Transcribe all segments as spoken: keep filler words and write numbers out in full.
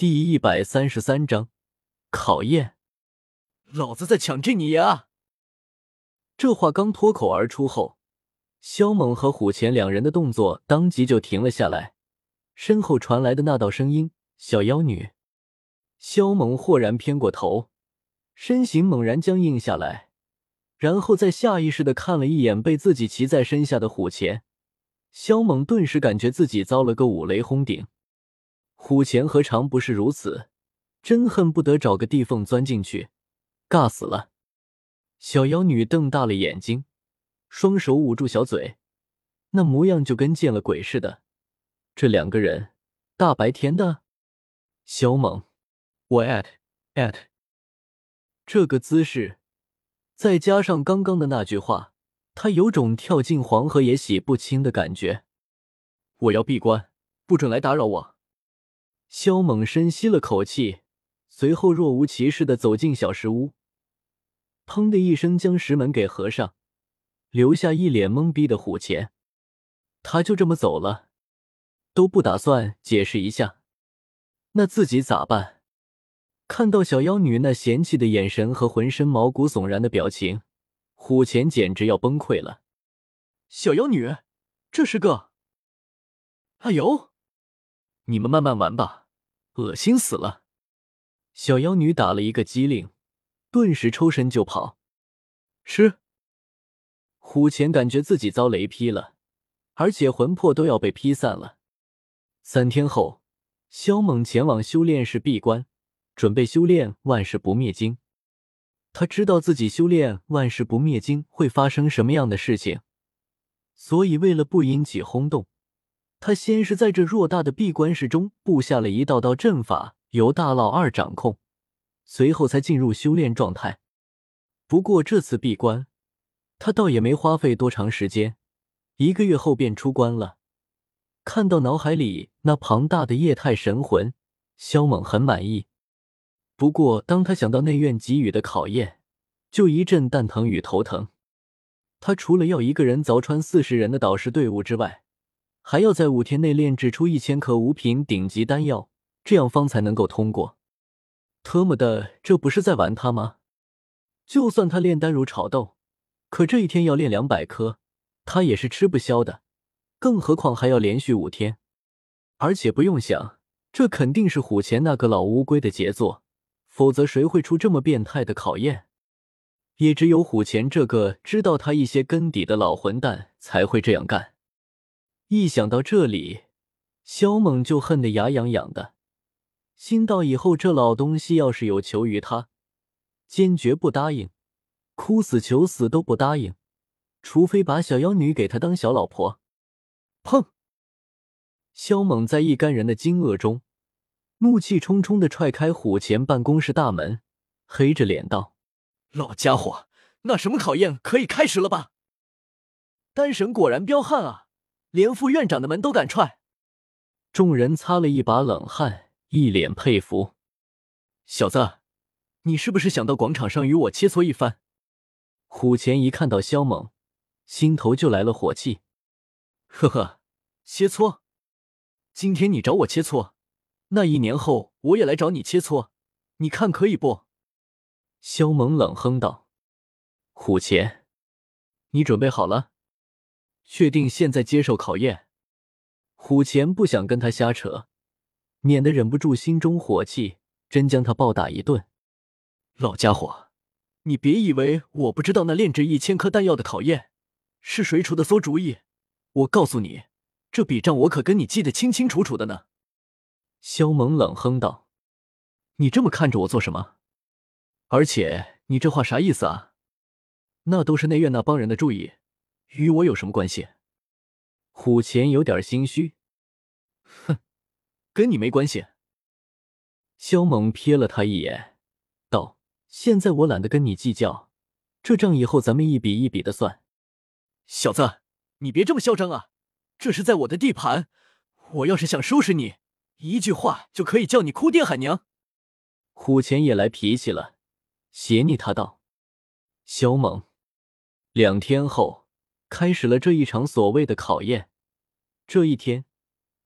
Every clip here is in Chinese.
第一百三十三章考验。 老子在抢这你爷啊！ 这话刚脱口而出后，萧猛和虎钳两人的动作当即就停了下来，身后传来的那道声音：小妖女。萧猛豁然偏过头，身形猛然僵硬下来，然后再下意识地看了一眼被自己骑在身下的虎钳，萧猛顿时感觉自己遭了个五雷轰顶。虎钳何尝不是如此，真恨不得找个地缝钻进去，尬死了。小妖女瞪大了眼睛，双手捂住小嘴，那模样就跟见了鬼似的。这两个人，大白天的。萧猛，我 at at 这个姿势，再加上刚刚的那句话，他有种跳进黄河也洗不清的感觉。我要闭关，不准来打扰我。萧猛深吸了口气，随后若无其事地走进小石屋，砰的一声将石门给合上，留下一脸懵逼的虎钳。他就这么走了，都不打算解释一下，那自己咋办？看到小妖女那嫌弃的眼神和浑身毛骨悚然的表情，虎钳简直要崩溃了。 小妖女，这是个……哎呦， 你们慢慢玩吧，恶心死了。小妖女打了一个激灵，顿时抽身就跑。是。虎钳感觉自己遭雷劈了，而且魂魄都要被劈散了。三天后，萧猛前往修炼室闭关，准备修炼万世不灭经。他知道自己修炼万世不灭经会发生什么样的事情，所以为了不引起轰动，他先是在这偌大的闭关室中布下了一道道阵法，由大老二掌控，随后才进入修炼状态。不过这次闭关，他倒也没花费多长时间，一个月后便出关了。看到脑海里那庞大的液态神魂，萧猛很满意。不过当他想到内院给予的考验，就一阵蛋疼与头疼。他除了要一个人凿穿四十人的导师队伍之外，还要在五天内炼制出一千颗五品顶级丹药，这样方才能够通过。特么的，这不是在玩他吗？就算他炼丹如炒豆，可这一天要炼两百颗，他也是吃不消的，更何况还要连续五天。而且不用想，这肯定是虎钳那个老乌龟的杰作，否则谁会出这么变态的考验？也只有虎钳这个知道他一些根底的老混蛋才会这样干。一想到这里，萧猛就恨得牙痒痒的，心道以后这老东西要是有求于他，坚决不答应，哭死求死都不答应，除非把小妖女给他当小老婆。砰！萧猛在一干人的惊愕中，怒气冲冲地踹开虎钳办公室大门，黑着脸道： 老家伙，那什么考验可以开始了吧？丹神果然彪悍啊，连副院长的门都敢踹。 众人擦了一把冷汗，一脸佩服。 小子，你是不是想到广场上与我切磋一番？ 虎钳一看到萧猛，心头就来了火气。 呵呵，切磋？今天你找我切磋，那一年后我也来找你切磋，你看可以不？ 萧猛冷哼道。虎钳，你准备好了？确定现在接受考验？虎钳不想跟他瞎扯，免得忍不住心中火气，真将他暴打一顿。 老家伙，你别以为我不知道那炼制一千颗丹药的考验是谁出的馊主意，我告诉你，这笔账我可跟你记得清清楚楚的呢。 萧猛冷哼道。 你这么看着我做什么？而且你这话啥意思啊？那都是内院那帮人的注意，与我有什么关系？ 虎钳有点心虚。 哼，跟你没关系。 萧猛瞥了他一眼，道：现在我懒得跟你计较，这账以后咱们一笔一笔的算。 小子，你别这么嚣张啊，这是在我的地盘，我要是想收拾你，一句话就可以叫你哭爹喊娘。 虎钳也来脾气了，斜睨他道：萧猛。两天后开始了这一场所谓的考验。这一天，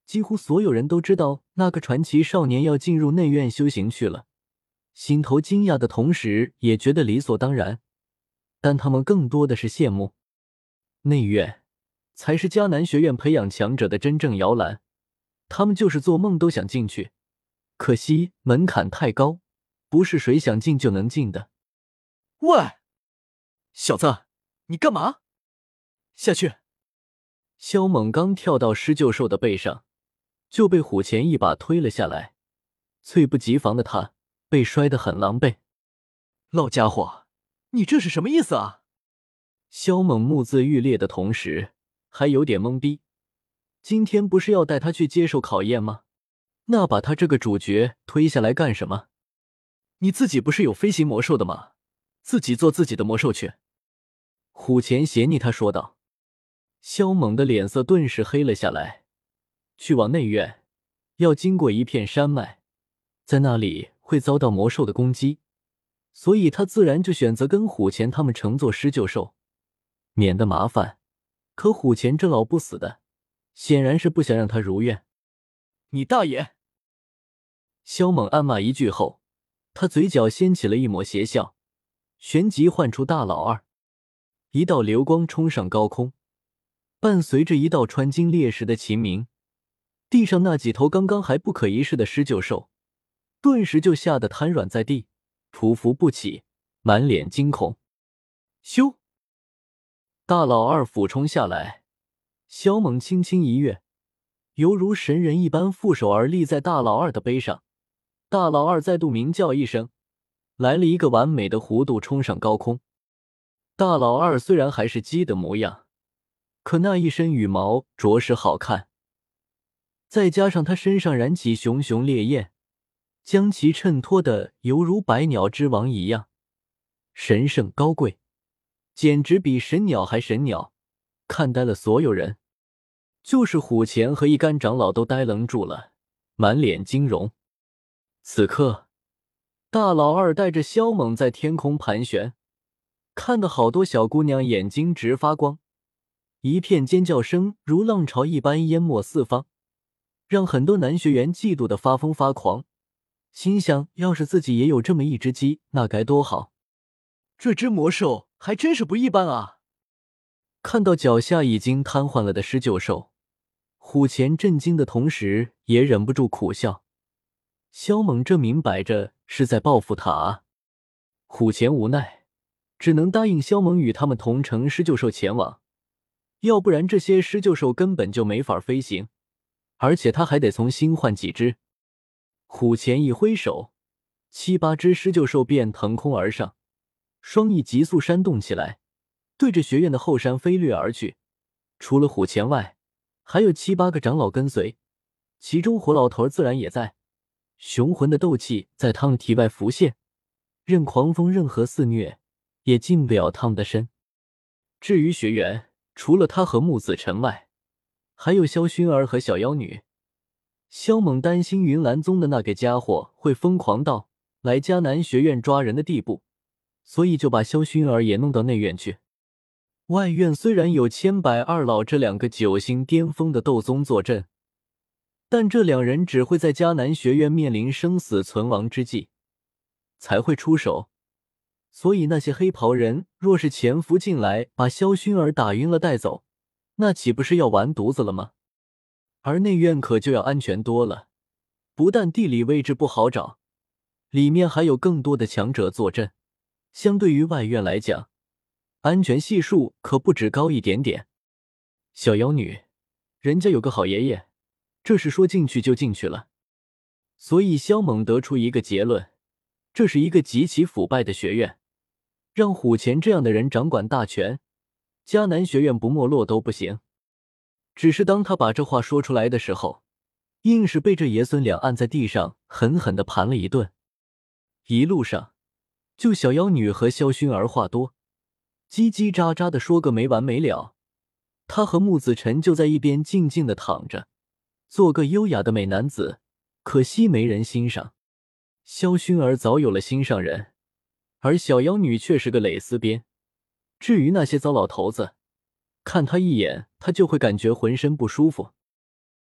几乎所有人都知道那个传奇少年要进入内院修行去了，心头惊讶的同时也觉得理所当然，但他们更多的是羡慕。内院才是迦南学院培养强者的真正摇篮，他们就是做梦都想进去，可惜门槛太高，不是谁想进就能进的。 喂，小子，你干嘛？下去！ 萧猛刚跳到施救兽的背上，就被虎钳一把推了下来，猝不及防的他被摔得很狼狈。 老家伙，你这是什么意思啊？ 萧猛目眦欲裂的同时还有点懵逼，今天不是要带他去接受考验吗？那把他这个主角推下来干什么？ 你自己不是有飞行魔兽的吗？自己做自己的魔兽去。 虎钳斜睨他说道。萧猛的脸色顿时黑了下来，去往内院要经过一片山脉，在那里会遭到魔兽的攻击，所以他自然就选择跟虎钳他们乘坐施救兽，免得麻烦。可虎钳这老不死的显然是不想让他如愿。 你大爷！ 萧猛暗骂一句后，他嘴角掀起了一抹邪笑，旋即唤出大老二，一道流光冲上高空，伴随着一道穿金裂石的秦鸣，地上那几头刚刚还不可一世的施救兽顿时就吓得瘫软在地，匍匐不起，满脸惊恐。咻！大老二俯冲下来，萧猛轻轻一跃，犹如神人一般负手而立在大老二的背上。大老二再度鸣叫一声，来了一个完美的弧度冲上高空。大老二虽然还是鸡的模样，可那一身羽毛着实好看，再加上他身上燃起熊熊烈焰，将其衬托得犹如百鸟之王一样，神圣高贵，简直比神鸟还神鸟，看呆了所有人。就是虎钳和一干长老都呆愣住了，满脸惊容。此刻大老二带着萧猛在天空盘旋，看得好多小姑娘眼睛直发光，一片尖叫声如浪潮一般淹没四方，让很多男学员嫉妒的发疯发狂，心想要是自己也有这么一只鸡那该多好。 这只魔兽还真是不一般啊！ 看到脚下已经瘫痪了的施救兽，虎钳震惊的同时也忍不住苦笑。萧猛这明摆着是在报复他啊！虎钳无奈，只能答应萧猛与他们同乘施救兽前往，要不然这些施救兽根本就没法飞行，而且他还得从新换几只。虎钳一挥手，七八只施救兽便腾空而上，双翼急速扇动起来，对着学院的后山飞掠而去。除了虎钳外，还有七八个长老跟随，其中火老头自然也在。雄浑的斗气在他们体外浮现，任狂风任何肆虐也进不了他们的身。至于学员，除了他和木子辰外，还有萧薰儿和小妖女。萧猛担心云岚宗的那个家伙会疯狂到来迦南学院抓人的地步，所以就把萧薰儿也弄到内院去。外院虽然有千百二老这两个九星巅峰的斗宗坐镇，但这两人只会在迦南学院面临生死存亡之际才会出手，所以那些黑袍人若是潜伏进来把萧薰儿打晕了带走，那岂不是要完犊子了吗？而内院可就要安全多了，不但地理位置不好找，里面还有更多的强者坐镇，相对于外院来讲，安全系数可不止高一点点。小妖女，人家有个好爷爷，这是说进去就进去了。所以萧猛得出一个结论，这是一个极其腐败的学院，让虎钳这样的人掌管大权，迦南学院不没落都不行。只是当他把这话说出来的时候，硬是被这爷孙俩按在地上狠狠地盘了一顿。一路上就小妖女和萧薰儿话多，叽叽喳喳地说个没完没了，他和木子辰就在一边静静地躺着，做个优雅的美男子，可惜没人欣赏。萧薰儿早有了心上人，而小妖女却是个蕾丝边。至于那些糟老头子，看他一眼他就会感觉浑身不舒服。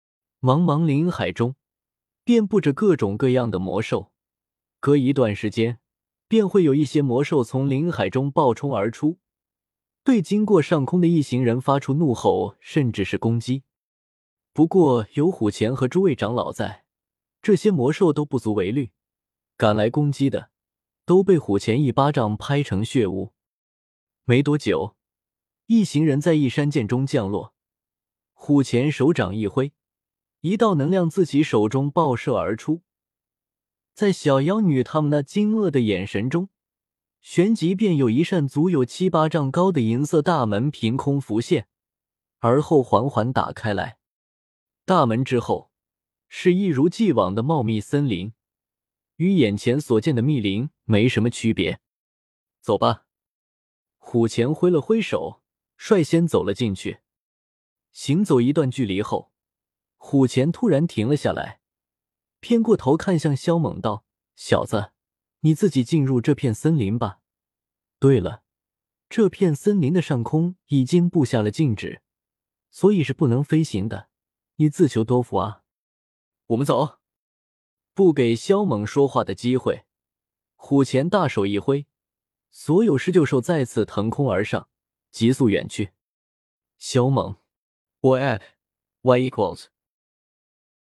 茫茫林海中遍布着各种各样的魔兽，隔一段时间便会有一些魔兽从林海中暴冲而出，对经过上空的一行人发出怒吼，甚至是攻击。不过有虎钳和诸位长老在，这些魔兽都不足为虑，赶来攻击的都被虎钳一巴掌拍成血雾。没多久，一行人在一山涧中降落，虎钳手掌一挥，一道能量自己手中爆射而出，在小妖女他们那惊愕的眼神中，旋即便有一扇足有七八丈高的银色大门凭空浮现，而后缓缓打开来。大门之后是一如既往的茂密森林，与眼前所见的密林没什么区别。走吧。虎钳挥了挥手，率先走了进去。行走一段距离后，虎钳突然停了下来，偏过头看向萧猛道：小子，你自己进入这片森林吧。对了，这片森林的上空已经布下了禁止，所以是不能飞行的，你自求多福啊。我们走。不给萧猛说话的机会，虎钳大手一挥，所有狮鹫兽再次腾空而上，急速远去。萧猛 ，Y at y equals